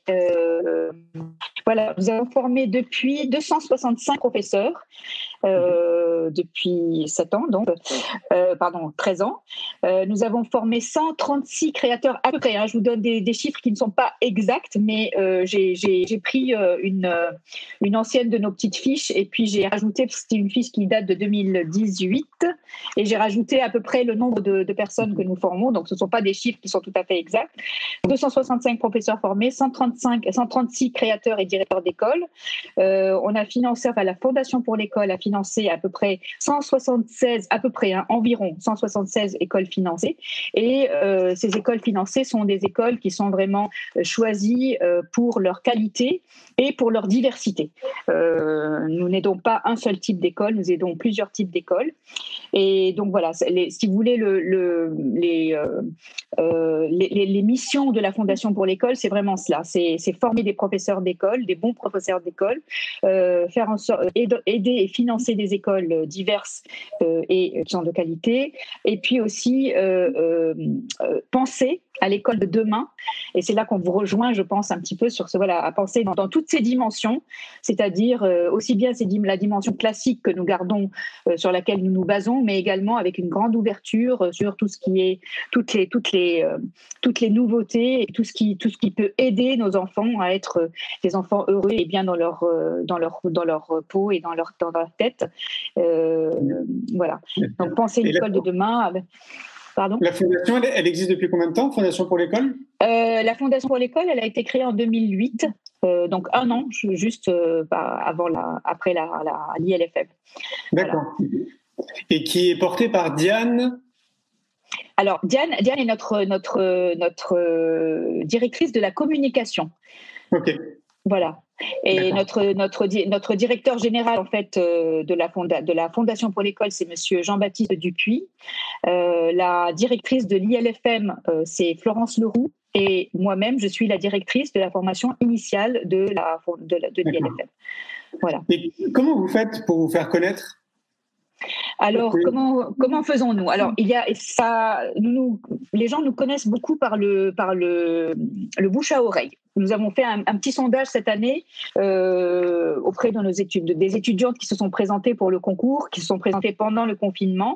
depuis 265 professeurs depuis 7 ans, 13 ans. Nous avons formé 136 créateurs à peu près. Je vous donne des chiffres qui ne sont pas exacts, mais j'ai pris une ancienne de nos petites fiches et puis j'ai rajouté, parce que c'était une fiche qui date de 2018, et j'ai rajouté à peu près le nombre de personnes que nous formons. Donc, ce ne sont pas des chiffres qui sont tout à fait exacts. 265 professeurs formés, 136 créateurs et directeurs d'école. On a financé, la Fondation pour l'école a financé à peu près 176, environ 176 écoles financées. Et ces écoles financées sont des écoles qui sont vraiment choisies pour leur qualité et pour leur diversité. Nous n'aidons pas un seul type d'école, nous aidons plusieurs types d'écoles. Et donc voilà, si vous voulez, les missions de la Fondation pour l'école, c'est vraiment cela. C'est former des professeurs d'école, des bons professeurs d'école, faire en sorte aider et financer des écoles diverses et qui sont de qualité, et puis aussi penser à l'école de demain. Et c'est là qu'on vous rejoint, je pense, un petit peu sur à penser dans toutes ces dimensions, c'est-à-dire aussi bien la dimension classique que nous gardons, sur laquelle nous nous basons, mais également avec une grande ouverture sur tout ce qui est toutes les nouveautés et tout ce qui peut aider nos enfants à être des enfants heureux et bien dans leur peau et dans leur tête. Voilà. Donc penser l'école de demain. Pardon ? La fondation, elle existe depuis combien de temps, Fondation pour l'école ? La Fondation pour l'école, elle a été créée en 2008, donc 1 an, juste après l'ILFM. D'accord. Voilà. Et qui est portée par Diane ? Alors, Diane est notre directrice de la communication. OK. Voilà. Et notre directeur général en fait de la Fondation pour l'école, c'est Monsieur Jean-Baptiste Dupuis. La directrice de l'ILFM, c'est Florence Leroux. Et moi-même, je suis la directrice de la formation initiale de l'ILFM. Voilà. Et comment vous faites pour vous faire connaître ? Alors, comment faisons-nous ? Alors, il y a ça. Les gens nous connaissent beaucoup par le bouche à oreille. Nous avons fait un petit sondage cette année auprès de des étudiantes qui se sont présentées pour le concours, qui se sont présentées pendant le confinement.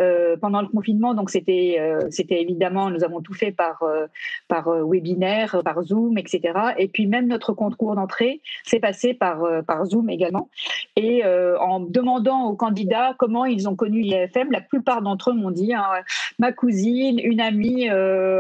Donc c'était évidemment, nous avons tout fait par webinaire, par Zoom, etc. Et puis même notre concours d'entrée s'est passé par Zoom également. Et en demandant aux candidats comment ils ont connu l'ILFM, la plupart d'entre eux m'ont dit ma cousine, une amie,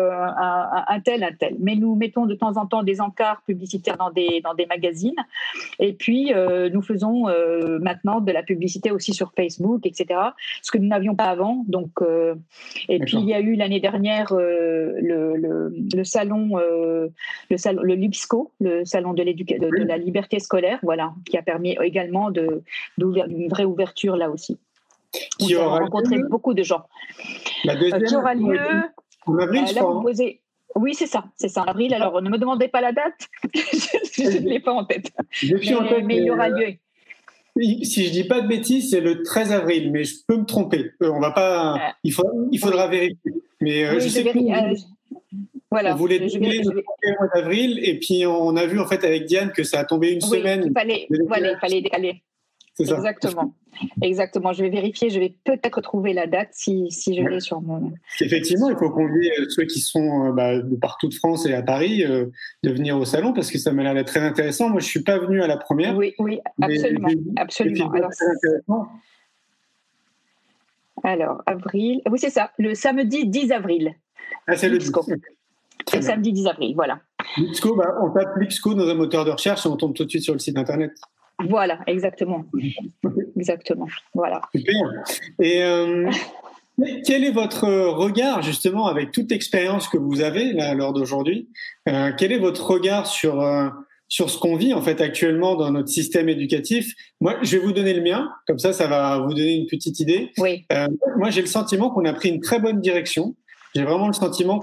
un tel. Mais nous mettons de temps en temps des encarts publicitaires dans des magazines. Et puis, nous faisons maintenant de la publicité aussi sur Facebook, etc. Ce que nous n'avions pas avant. Donc, et puis, il y a eu l'année dernière le salon, le LUBSCO, le salon de la liberté scolaire, voilà, qui a permis également une vraie ouverture là aussi. Qui aura rencontré beaucoup de gens. La deuxième qui aura lieu en avril, je crois. Oui, c'est ça, en avril. Alors, ne me demandez pas la date, je ne l'ai pas en tête. Mais il y aura lieu. Si je dis pas de bêtises, c'est le 13 avril, mais je peux me tromper. On va pas. Il faudra vérifier. Mais oui, je sais que voilà. On voulait décaler le 31 avril, et puis on a vu en fait avec Diane que ça a tombé une semaine. Il fallait décaler. C'est ça. Exactement. Je vais vérifier. Je vais peut-être trouver la date si je l'ai sur mon. Effectivement, il faut convier ceux qui sont de partout de France et à Paris de venir au salon parce que ça m'a l'air d'être très intéressant. Moi, je suis pas venu à la première. Oui, absolument. Alors, avril. Oui, c'est ça. Le samedi 10 avril. Ah, c'est le 10. Le samedi 10 avril, voilà. Lipsco, on tape Lipsco dans un moteur de recherche et on tombe tout de suite sur le site internet. Voilà, exactement. Voilà. Super. Et quel est votre regard, justement, avec toute l'expérience que vous avez là, à l'heure d'aujourd'hui, quel est votre regard sur sur ce qu'on vit en fait actuellement dans notre système éducatif. Moi, je vais vous donner le mien, comme ça va vous donner une petite idée. Oui. Moi, j'ai le sentiment qu'on a pris une très bonne direction. J'ai vraiment le sentiment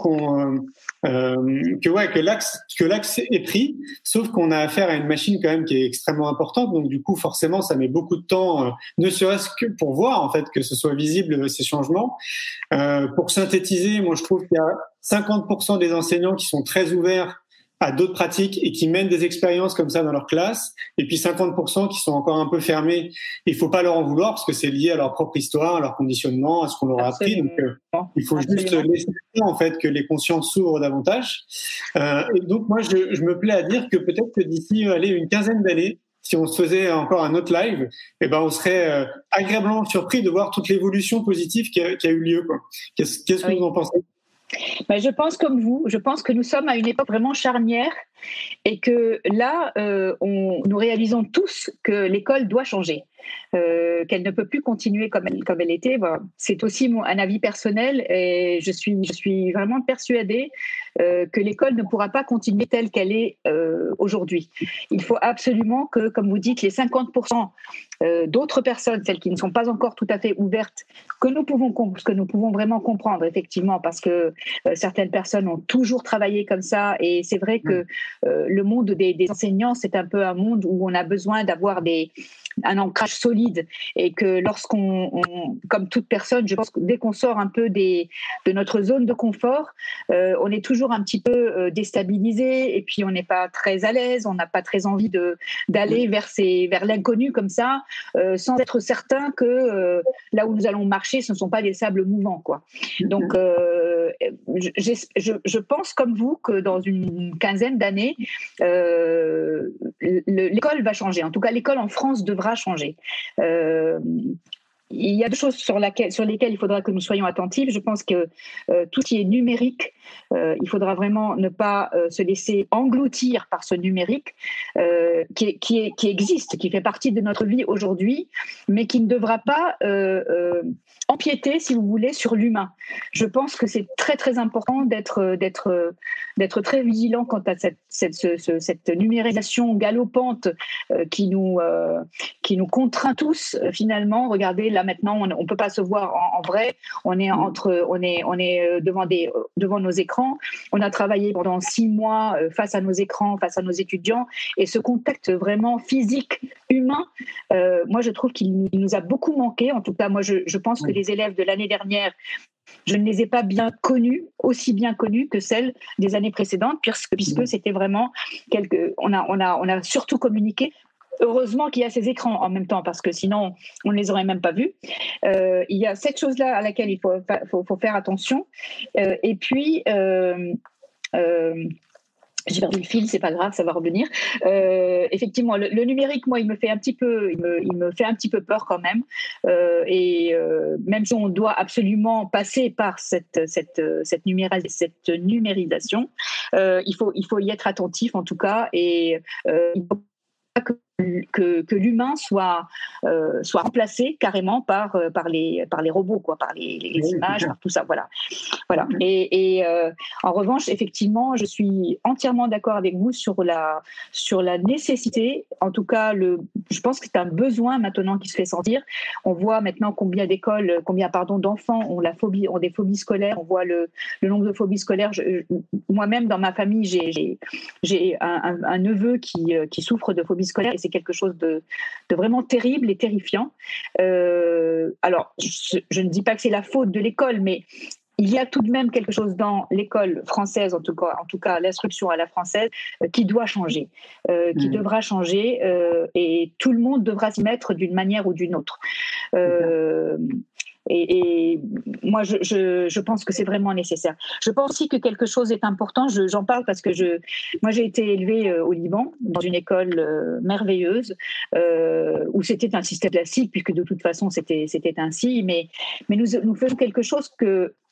que l'axe est pris, sauf qu'on a affaire à une machine quand même qui est extrêmement importante. Donc du coup, forcément, ça met beaucoup de temps, ne serait-ce que pour voir en fait que ce soit visible ces changements. Pour synthétiser, moi je trouve qu'il y a 50% des enseignants qui sont très ouverts à d'autres pratiques et qui mènent des expériences comme ça dans leur classe, et puis 50% qui sont encore un peu fermés. Il faut pas leur en vouloir parce que c'est lié à leur propre histoire, à leur conditionnement, à ce qu'on leur a appris. Donc il faut juste laisser en fait que les consciences s'ouvrent davantage. Et donc moi je me plais à dire que peut-être que d'ici une quinzaine d'années, si on se faisait encore un autre live, on serait agréablement surpris de voir toute l'évolution positive qui a eu lieu, quoi. Qu'est-ce que vous en pensez? Je pense comme vous, je pense que nous sommes à une époque vraiment charnière et que là, nous réalisons tous que l'école doit changer, qu'elle ne peut plus continuer comme elle était. Voilà. C'est aussi un avis personnel et je suis vraiment persuadée que l'école ne pourra pas continuer telle qu'elle est aujourd'hui. Il faut absolument que, comme vous dites, les 50% d'autres personnes, celles qui ne sont pas encore tout à fait ouvertes, que nous pouvons vraiment comprendre, effectivement, parce que certaines personnes ont toujours travaillé comme ça, et c'est vrai que le monde des enseignants, c'est un peu un monde où on a besoin d'avoir un ancrage solide, et que comme toute personne, je pense que dès qu'on sort un peu de notre zone de confort, on est toujours un petit peu déstabilisé, et puis on n'est pas très à l'aise, on n'a pas très envie d'aller vers l'inconnu comme ça, sans être certain que là où nous allons marcher, ce ne sont pas des sables mouvants, quoi. Donc, je pense comme vous que dans une quinzaine d'années, l'école va changer. En tout cas, l'école en France devra changer. Il y a deux choses sur lesquelles il faudra que nous soyons attentifs. Je pense que tout ce qui est numérique, il faudra vraiment ne pas se laisser engloutir par ce numérique qui existe, qui fait partie de notre vie aujourd'hui, mais qui ne devra pas empiéter, si vous voulez, sur l'humain. Je pense que c'est très très important d'être très vigilant quant à cette numérisation galopante qui nous contraint tous finalement. Regardez, là maintenant, on peut pas se voir en vrai. On est devant nos écrans. On a travaillé pendant 6 mois face à nos écrans, face à nos étudiants, et ce contact vraiment physique, humain, moi je trouve qu'il nous a beaucoup manqué. En tout cas, moi je pense que les élèves de l'année dernière, je ne les ai pas aussi bien connus que celles des années précédentes, puisque c'était vraiment on a surtout communiqué. Heureusement qu'il y a ces écrans en même temps, parce que sinon on ne les aurait même pas vus. Il y a cette chose-là à laquelle il faut faire attention. Et puis j'ai perdu le fil, c'est pas grave, ça va revenir. Effectivement, le numérique, moi, il me fait un petit peu peur quand même. Même si on doit absolument passer par cette numérisation, il faut y être attentif en tout cas, et il faut pas que l'humain soit remplacé carrément par les robots, quoi, par les images, par tout ça, voilà. Et en revanche, effectivement, je suis entièrement d'accord avec vous sur la nécessité. En tout cas, je pense que c'est un besoin maintenant qui se fait sentir. On voit maintenant combien d'enfants ont des phobies scolaires. On voit le nombre de phobies scolaires. Moi-même, dans ma famille, j'ai un neveu qui souffre de phobie scolaire, et c'est quelque chose de vraiment terrible et terrifiant. Alors, je ne dis pas que c'est la faute de l'école, mais il y a tout de même quelque chose dans l'école française, en tout cas l'instruction à la française, qui doit changer, qui devra changer, et tout le monde devra s'y mettre d'une manière ou d'une autre. Et moi, je pense que c'est vraiment nécessaire. Je pense aussi que quelque chose est important. J'en parle parce que moi, j'ai été élevée au Liban, dans une école merveilleuse, où c'était un système classique, puisque de toute façon, c'était ainsi. Mais nous faisons quelque chose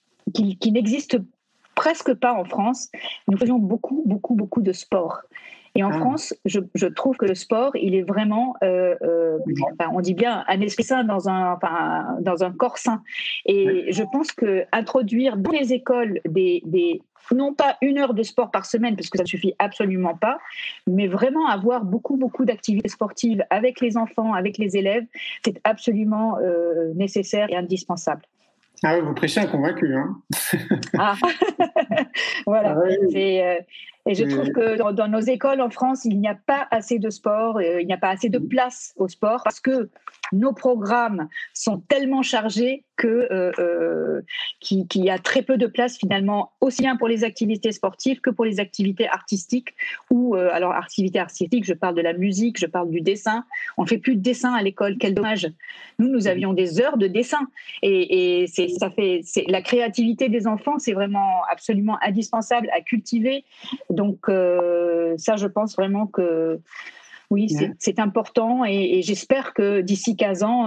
qui n'existe presque pas en France. Nous faisions beaucoup, beaucoup, beaucoup de sport. Et en France, je trouve que le sport, il est vraiment, on dit bien, un esprit sain dans un corps sain. Et je pense que introduire dans les écoles non pas 1 heure de sport par semaine, parce que ça ne suffit absolument pas, mais vraiment avoir beaucoup d'activités sportives avec les enfants, avec les élèves, c'est absolument nécessaire et indispensable. Ah oui, vous prêchez un convaincu, hein. Ah, voilà. Ah oui. Et je trouve que dans nos écoles en France, il n'y a pas assez de sport, il n'y a pas assez de place au sport parce que nos programmes sont tellement chargés qu'il y a très peu de place finalement, aussi bien pour les activités sportives que pour les activités artistiques. Alors activités artistiques, je parle de la musique, je parle du dessin. On ne fait plus de dessin à l'école, quel dommage. Nous avions des heures de dessin et la créativité des enfants, c'est vraiment absolument indispensable à cultiver. Donc ça, je pense vraiment que oui, c'est important et j'espère que d'ici 15 ans,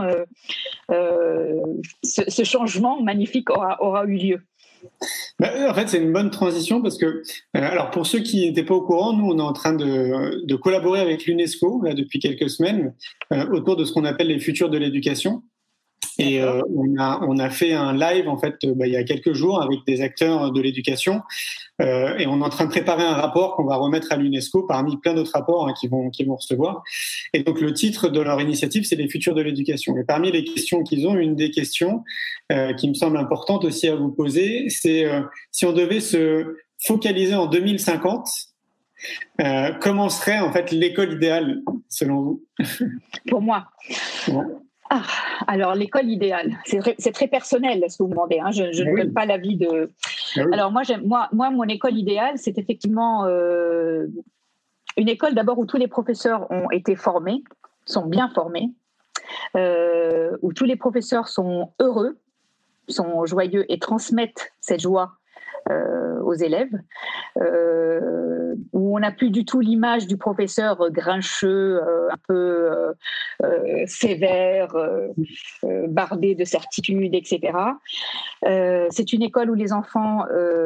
ce changement magnifique aura eu lieu. En fait, c'est une bonne transition parce que, alors pour ceux qui n'étaient pas au courant, nous, on est en train de collaborer avec l'UNESCO là, depuis quelques semaines autour de ce qu'on appelle les futurs de l'éducation. Et on a fait un live en fait il y a quelques jours avec des acteurs de l'éducation et on est en train de préparer un rapport qu'on va remettre à l'UNESCO parmi plein d'autres rapports qu'ils vont recevoir. Et donc le titre de leur initiative, c'est les futurs de l'éducation. Et parmi les questions qu'ils ont, une des questions qui me semble importante aussi à vous poser, c'est si on devait se focaliser en 2050, comment serait en fait l'école idéale selon vous? Pour moi. Bon. Alors l'école idéale, c'est très personnel ce que vous demandez. Hein. Je ne donne pas l'avis de. Alors moi, mon école idéale, c'est effectivement une école d'abord où tous les professeurs ont été formés, sont bien formés, où tous les professeurs sont heureux, sont joyeux et transmettent cette joie aux élèves, où on n'a plus du tout l'image du professeur grincheux, un peu sévère, bardé de certitude, etc. C'est une école où les enfants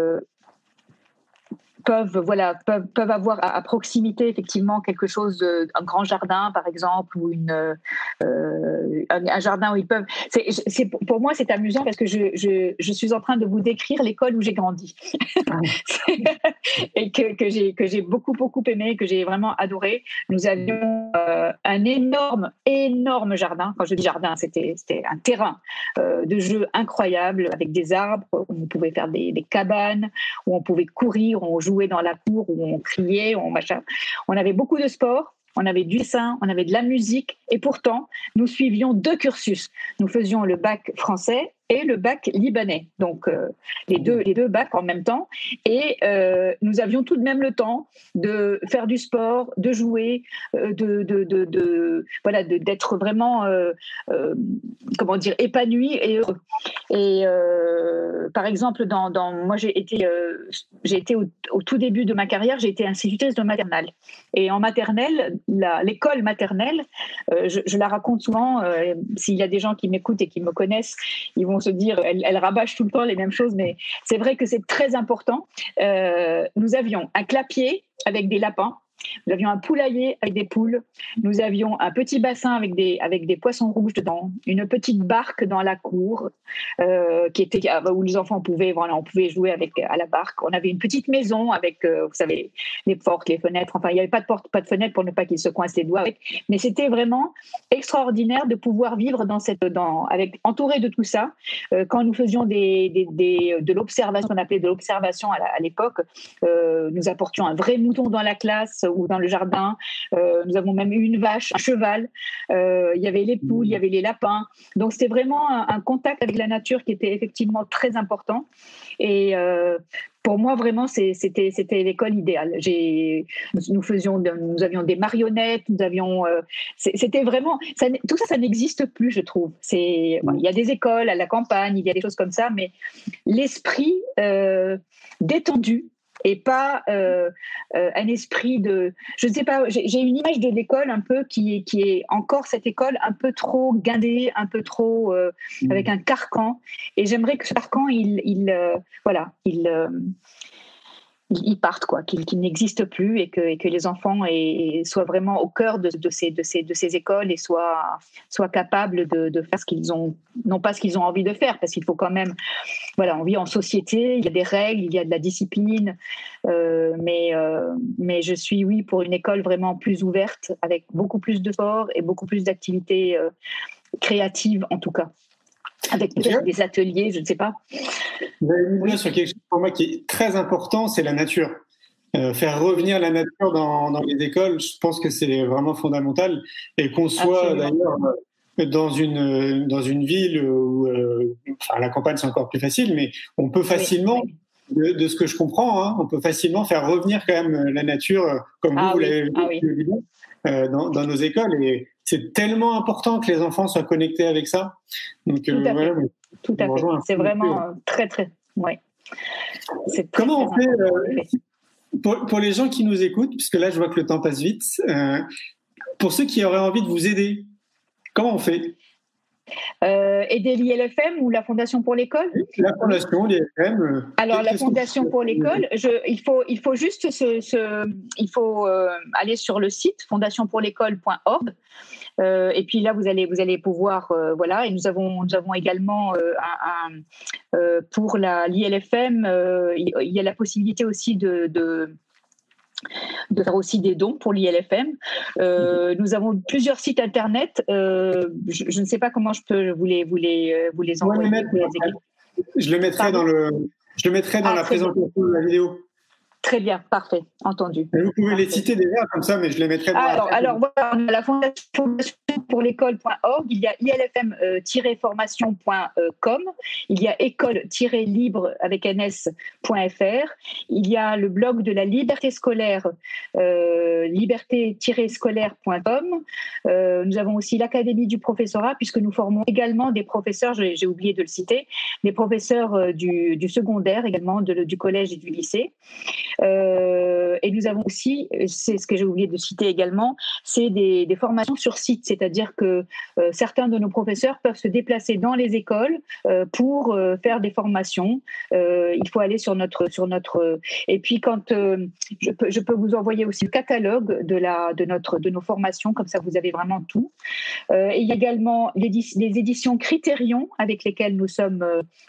peuvent avoir à proximité effectivement quelque chose, un grand jardin par exemple, ou un jardin où ils peuvent. Pour moi, c'est amusant parce que je suis en train de vous décrire l'école où j'ai grandi et que j'ai beaucoup aimé, que j'ai vraiment adoré. Nous avions un énorme jardin. Quand je dis jardin, c'était un terrain de jeu incroyable avec des arbres où on pouvait faire des cabanes, où on pouvait courir, où on jouait dans la cour, où on criait, on avait beaucoup de sport, on avait du dessin, on avait de la musique, et pourtant, nous suivions 2 cursus. Nous faisions le bac français et le bac libanais, donc les deux bacs en même temps, et nous avions tout de même le temps de faire du sport, de jouer, d'être vraiment épanoui et heureux. Et par exemple, moi j'ai été au tout début de ma carrière, j'ai été institutrice de maternelle, et en maternelle, l'école maternelle, je la raconte souvent. S'il y a des gens qui m'écoutent et qui me connaissent, ils vont se dire, elle rabâche tout le temps les mêmes choses, mais c'est vrai que c'est très important. Nous avions un clapier avec des lapins, nous avions un poulailler avec des poules, nous avions un petit bassin avec des poissons rouges dedans, une petite barque dans la cour où les enfants pouvaient jouer à la barque. On avait une petite maison avec, vous savez, les portes, les fenêtres. Enfin, il n'y avait pas de porte, pas de fenêtre pour ne pas qu'ils se coincent les doigts. Mais c'était vraiment extraordinaire de pouvoir vivre entouré de tout ça. Quand nous faisions de l'observation, qu'on appelait de l'observation à l'époque, nous apportions un vrai mouton dans la classe ou dans le jardin. Nous avons même eu une vache, un cheval. Il y avait les poules, il y avait les lapins. Donc c'était vraiment un contact avec la nature qui était effectivement très important. Et pour moi, vraiment, c'était l'école idéale. Nous avions des marionnettes, c'était vraiment. Tout ça n'existe plus, je trouve. Il y a des écoles à la campagne, il y a des choses comme ça, mais l'esprit détendu, et pas un esprit de... Je ne sais pas, j'ai une image de l'école un peu qui est encore cette école un peu trop guindée, un peu trop avec un carcan. Et j'aimerais que ce carcan, il ils partent, quoi, qu'ils n'existent plus et que les enfants soient vraiment au cœur de ces écoles et soient capables de faire ce qu'ils ont, non pas ce qu'ils ont envie de faire, parce qu'il faut quand même, voilà, on vit en société, il y a des règles, il y a de la discipline, mais je suis, oui, pour une école vraiment plus ouverte, avec beaucoup plus de sport et beaucoup plus d'activités créatives, en tout cas. Avec peut-être des ateliers, je ne sais pas. Vous avez mis sur quelque chose pour moi qui est très important, c'est la nature. Faire revenir la nature dans les écoles, je pense que c'est vraiment fondamental. Et qu'on soit d'ailleurs dans une ville où, la campagne c'est encore plus facile, mais on peut facilement, de ce que je comprends, on peut facilement faire revenir quand même la nature, comme vous l'avez vu dans nos écoles. Et c'est tellement important que les enfants soient connectés avec ça. Donc, tout à fait. C'est vraiment très, très. Ouais. C'est très, comment très on fait pour les gens qui nous écoutent, puisque là, je vois que le temps passe vite, pour ceux qui auraient envie de vous aider, comment on fait? Aider l'ILFM ou la Fondation pour l'école? La Fondation, l'ILFM. Alors, la Fondation pour l'école, il faut juste aller sur le site fondationpourlécole.org. Et puis là, vous allez pouvoir, voilà. Et nous avons également pour l'ILFM, il y a la possibilité aussi de faire aussi des dons pour l'ILFM. Nous avons plusieurs sites internet. Je ne sais pas comment je peux vous les envoyer. Je le mettrai dans la présentation de la vidéo. Très bien, parfait, entendu. Et vous pouvez les citer déjà comme ça, mais je les mettrai dans alors voilà, on a la fondation pour l'école.org, il y a ilfm-formation.com, il y a école-libre avec ns.fr, il y a le blog de la liberté scolaire, liberté-scolaire.com. Nous avons aussi l'académie du professorat, puisque nous formons également des professeurs, j'ai oublié de le citer, des professeurs du secondaire également, du collège et du lycée. Et nous avons aussi, c'est ce que j'ai oublié de citer également, c'est des formations sur site, c'est-à-dire que certains de nos professeurs peuvent se déplacer dans les écoles pour faire des formations. Il faut aller sur notre et puis quand je peux vous envoyer aussi le catalogue de nos formations, comme ça vous avez vraiment tout. Et il y a également les éditions Critérion avec lesquelles nous sommes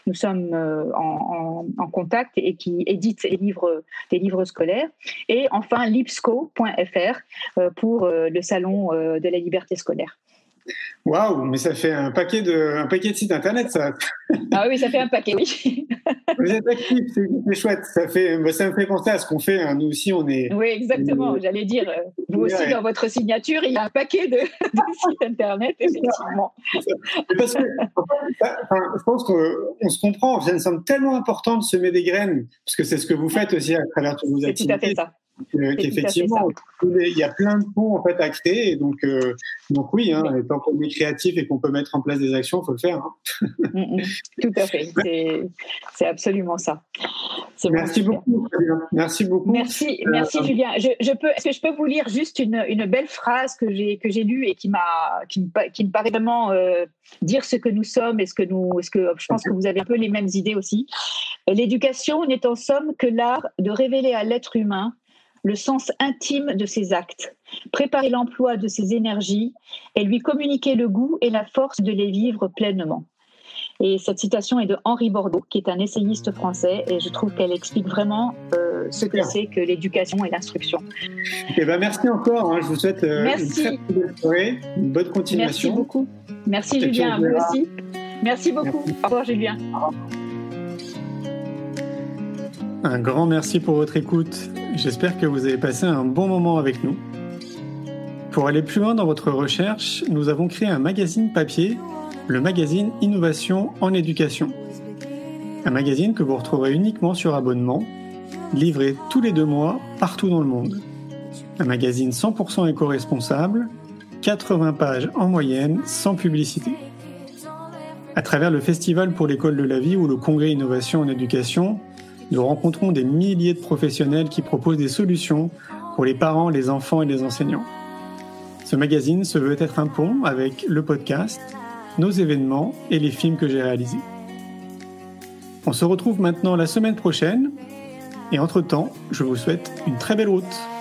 en contact et qui éditent les livres scolaires. Et enfin, lipsco.fr pour le salon de la liberté scolaire. Waouh, mais ça fait un paquet de sites internet, ça. Ah oui, ça fait un paquet, oui. Vous êtes actifs, c'est chouette. Ça me fait penser à ce qu'on fait. Nous aussi, on est. Oui, exactement. J'allais dire, vous aussi, dans votre signature, il y a un paquet de sites internet, effectivement. Parce que, je pense qu'on se comprend. Ça me semble tellement important de semer des graines, parce que c'est ce que vous faites aussi à travers toutes vos activités. C'est tout à fait ça. Qu'effectivement, il y a plein de ponts en fait à créer, et donc oui, et tant qu'on est créatif et qu'on peut mettre en place des actions, il faut le faire. Tout à fait, c'est absolument ça. Merci beaucoup. Merci Julien. Est-ce que je peux vous lire juste une belle phrase que j'ai lue et qui me paraît vraiment dire ce que nous sommes et je pense que vous avez un peu les mêmes idées aussi. L'éducation n'est en somme que l'art de révéler à l'être humain le sens intime de ses actes, préparer l'emploi de ses énergies et lui communiquer le goût et la force de les vivre pleinement. Et cette citation est de Henri Bordeaux, qui est un essayiste français, et je trouve qu'elle explique vraiment ce que c'est que l'éducation et l'instruction. Merci encore, je vous souhaite une très bonne soirée, une bonne continuation. Merci beaucoup. Merci Julien, à vous aussi. Merci beaucoup. Au revoir Julien. Un grand merci pour votre écoute. J'espère que vous avez passé un bon moment avec nous. Pour aller plus loin dans votre recherche, nous avons créé un magazine papier, le magazine Innovation en éducation. Un magazine que vous retrouverez uniquement sur abonnement, livré tous les 2 mois partout dans le monde. Un magazine 100% éco-responsable, 80 pages en moyenne, sans publicité. À travers le Festival pour l'école de la vie ou le Congrès Innovation en éducation, nous rencontrons des milliers de professionnels qui proposent des solutions pour les parents, les enfants et les enseignants. Ce magazine se veut être un pont avec le podcast, nos événements et les films que j'ai réalisés. On se retrouve maintenant la semaine prochaine. Et entre-temps, je vous souhaite une très belle route.